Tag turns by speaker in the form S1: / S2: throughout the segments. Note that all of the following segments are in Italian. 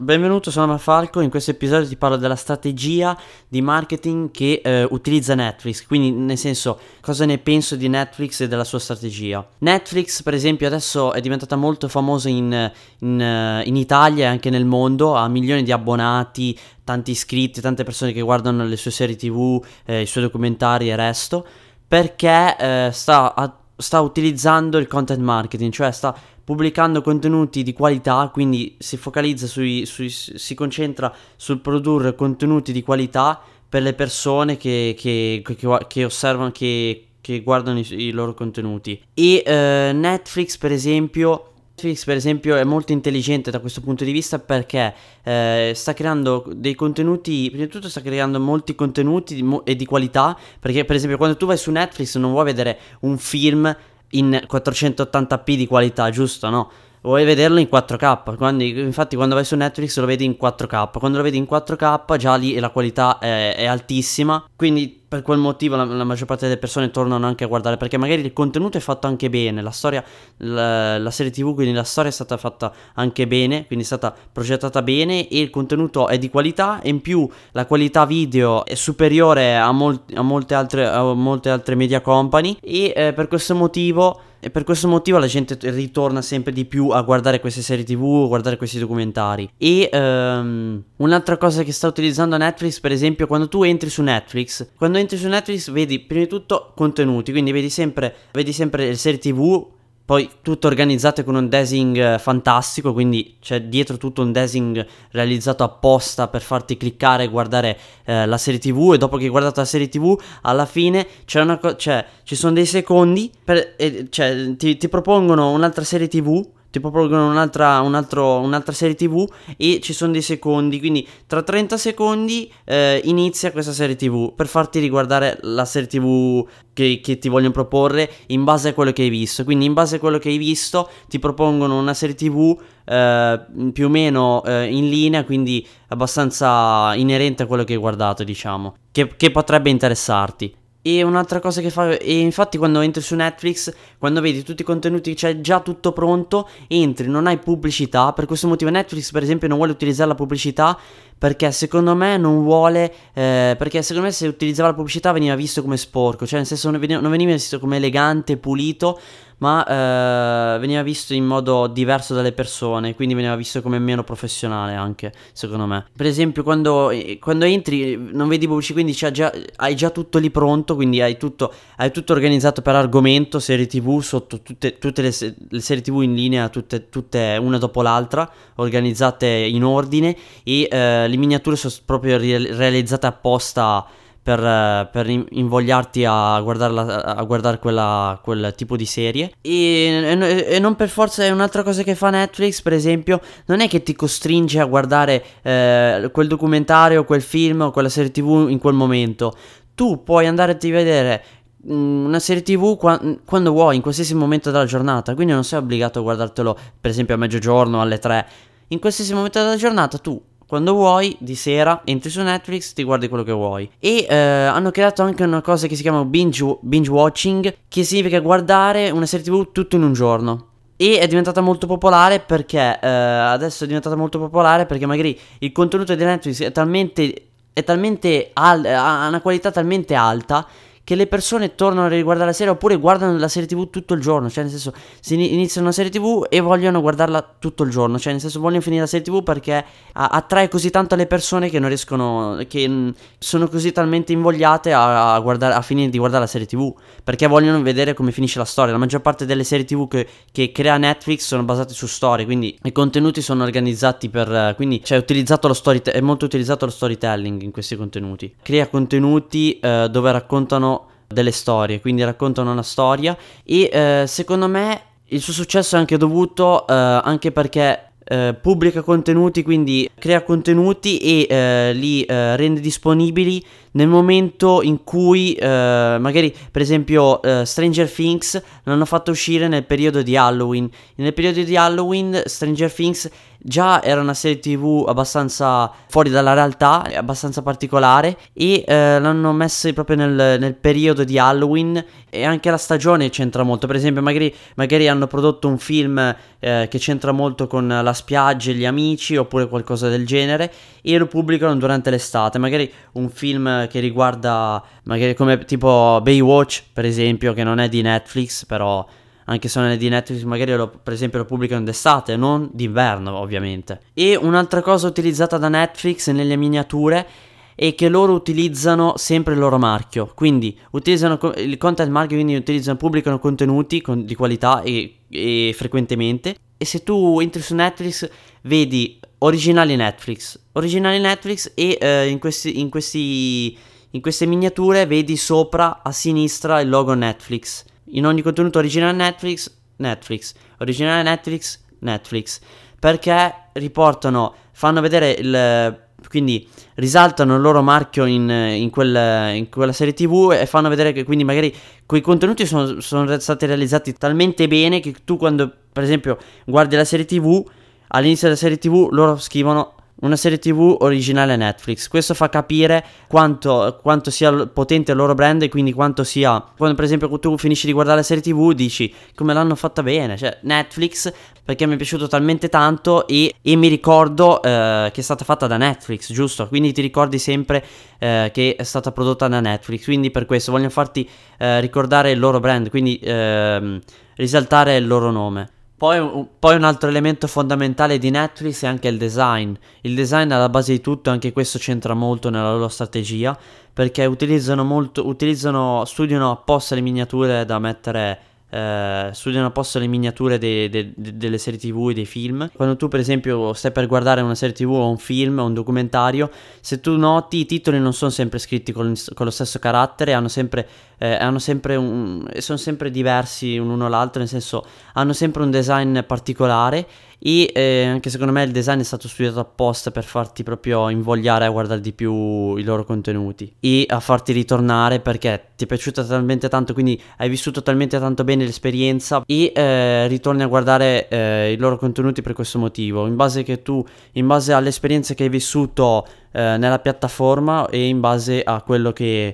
S1: Benvenuto, sono Marfalco. In questo episodio ti parlo della strategia di marketing che utilizza Netflix, quindi nel senso cosa ne penso di Netflix e della sua strategia. Netflix per esempio adesso è diventata molto famosa in Italia e anche nel mondo, ha milioni di abbonati, tanti iscritti, tante persone che guardano le sue serie TV, i suoi documentari e resto, perché sta utilizzando il content marketing, cioè sta pubblicando contenuti di qualità, quindi si focalizza si concentra sul produrre contenuti di qualità per le persone che osservano, che guardano i loro contenuti. E Netflix per esempio è molto intelligente da questo punto di vista perché sta creando dei contenuti, prima di tutto sta creando molti contenuti e di qualità, perché per esempio quando tu vai su Netflix non vuoi vedere un film in 480p di qualità, giusto? No? Vuoi vederlo in 4K, infatti quando vai su Netflix lo vedi in 4K, quando lo vedi in 4K già lì la qualità è altissima, quindi per quel motivo la maggior parte delle persone tornano anche a guardare, perché magari il contenuto è fatto anche bene, la storia, la serie TV, quindi la storia è stata fatta anche bene, quindi è stata progettata bene e il contenuto è di qualità, e in più la qualità video è superiore a molte altre media company e per questo motivo la gente ritorna sempre di più a guardare queste serie TV, a guardare questi documentari. E un'altra cosa che sta utilizzando Netflix, per esempio, quando entri su Netflix vedi prima di tutto contenuti, quindi vedi sempre le serie TV, poi tutto organizzate con un design fantastico, quindi c'è dietro tutto un design realizzato apposta per farti cliccare e guardare la serie TV, e dopo che hai guardato la serie TV alla fine ci sono dei secondi ti propongono un'altra serie TV, ti propongono un'altra serie TV e ci sono dei secondi, quindi tra 30 secondi inizia questa serie TV per farti riguardare la serie TV che ti vogliono proporre in base a quello che hai visto. Quindi in base a quello che hai visto ti propongono una serie TV più o meno in linea, quindi abbastanza inerente a quello che hai guardato, diciamo, che potrebbe interessarti. E un'altra cosa che fa, e infatti quando entri su Netflix, quando vedi tutti i contenuti, c'è già tutto pronto, entri, non hai pubblicità. Per questo motivo Netflix per esempio non vuole utilizzare la pubblicità, perché secondo me perché secondo me se utilizzava la pubblicità veniva visto come sporco, cioè nel senso non veniva visto come elegante, pulito, ma veniva visto in modo diverso dalle persone, quindi veniva visto come meno professionale anche, secondo me. Per esempio quando entri non vedi pubblicità, quindi hai già tutto lì pronto, quindi hai tutto organizzato per argomento, serie TV, sotto tutte le serie TV in linea, tutte una dopo l'altra, organizzate in ordine, e le miniature sono proprio realizzate apposta per invogliarti a guardare quel tipo di serie. E non per forza. È un'altra cosa che fa Netflix, per esempio, non è che ti costringe a guardare quel documentario, quel film o quella serie TV in quel momento. Tu puoi andare a vedere una serie TV quando vuoi, in qualsiasi momento della giornata, quindi non sei obbligato a guardartelo per esempio a mezzogiorno, alle 3. In qualsiasi momento della giornata tu, quando vuoi, di sera, entri su Netflix, ti guardi quello che vuoi. E hanno creato anche una cosa che si chiama binge watching, che significa guardare una serie TV tutto in un giorno. E è diventata molto popolare perché adesso è diventata molto popolare perché magari il contenuto di Netflix ha una qualità talmente alta che le persone tornano a riguardare la serie, oppure guardano la serie TV tutto il giorno. Cioè nel senso, si iniziano una serie TV e vogliono guardarla tutto il giorno, cioè nel senso vogliono finire la serie TV perché attrae così tanto le persone che non riescono, che sono così talmente invogliate a finire di guardare la serie TV, perché vogliono vedere come finisce la storia. La maggior parte delle serie TV che crea Netflix sono basate su storie, quindi i contenuti sono organizzati quindi è molto utilizzato lo storytelling in questi contenuti. Crea contenuti dove raccontano delle storie, quindi raccontano una storia, e secondo me il suo successo è anche dovuto anche perché pubblica contenuti, quindi crea contenuti e li rende disponibili nel momento in cui magari per esempio Stranger Things l'hanno fatto uscire nel periodo di Halloween. Nel periodo di Halloween Stranger Things già era una serie TV abbastanza fuori dalla realtà, abbastanza particolare, e l'hanno messa proprio nel periodo di Halloween, e anche la stagione c'entra molto. Per esempio magari hanno prodotto un film che c'entra molto con la spiaggia e gli amici, oppure qualcosa del genere, e lo pubblicano durante l'estate. Magari un film che riguarda, magari come tipo Baywatch per esempio, che non è di Netflix, però anche se non è di Netflix magari per esempio lo pubblicano d'estate, non d'inverno ovviamente. E un'altra cosa utilizzata da Netflix nelle miniature è che loro utilizzano sempre il loro marchio, quindi utilizzano il content marchio, quindi pubblicano contenuti di qualità e frequentemente. E se tu entri su Netflix vedi originali Netflix e in queste miniature vedi sopra a sinistra il logo Netflix. In ogni contenuto originale Netflix, originale Netflix, perché fanno vedere quindi risaltano il loro marchio in quella serie TV, e fanno vedere che quindi magari quei contenuti sono stati realizzati talmente bene che tu, quando per esempio guardi la serie TV, all'inizio della serie TV loro scrivono una serie TV originale Netflix. Questo fa capire quanto sia potente il loro brand, e quindi quanto sia, quando per esempio tu finisci di guardare la serie TV dici come l'hanno fatta bene, cioè Netflix, perché mi è piaciuto talmente tanto e mi ricordo che è stata fatta da Netflix, giusto? Quindi ti ricordi sempre che è stata prodotta da Netflix, quindi per questo vogliono farti ricordare il loro brand, quindi risaltare il loro nome. Poi un altro elemento fondamentale di Netflix è anche il design. Il design è alla base di tutto, anche questo c'entra molto nella loro strategia, perché studiano apposta le miniature da mettere, studiano apposta le miniature delle serie TV e dei film. Quando tu per esempio stai per guardare una serie TV o un film o un documentario, se tu noti i titoli non sono sempre scritti con lo stesso carattere, sono sempre diversi l'uno l'altro, nel senso hanno sempre un design particolare, e anche secondo me il design è stato studiato apposta per farti proprio invogliare a guardare di più i loro contenuti e a farti ritornare, perché ti è piaciuta talmente tanto, quindi hai vissuto talmente tanto bene l'esperienza, e ritorni a guardare i loro contenuti per questo motivo, in base all'esperienza che hai vissuto nella piattaforma, e in base a quello che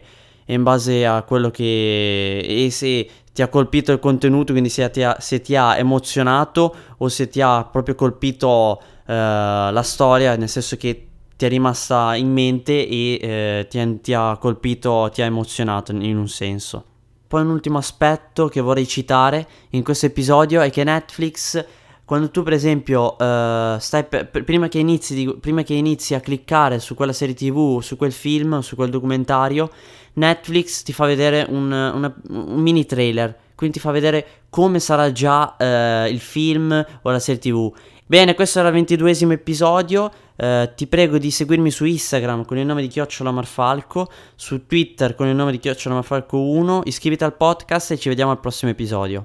S1: e se ti ha colpito il contenuto, quindi se ti ha emozionato, o se ti ha proprio colpito la storia, nel senso che ti è rimasta in mente e ti ha colpito, ti ha emozionato in un senso. Poi un ultimo aspetto che vorrei citare in questo episodio è che Netflix, quando tu per esempio prima che inizi a cliccare su quella serie TV, su quel film, su quel documentario, Netflix ti fa vedere un mini trailer, quindi ti fa vedere come sarà già il film o la serie TV. Bene, questo era il 22esimo episodio. Ti prego di seguirmi su Instagram con il nome di @marfalco, su Twitter con il nome di @marfalco1. Iscriviti al podcast e ci vediamo al prossimo episodio.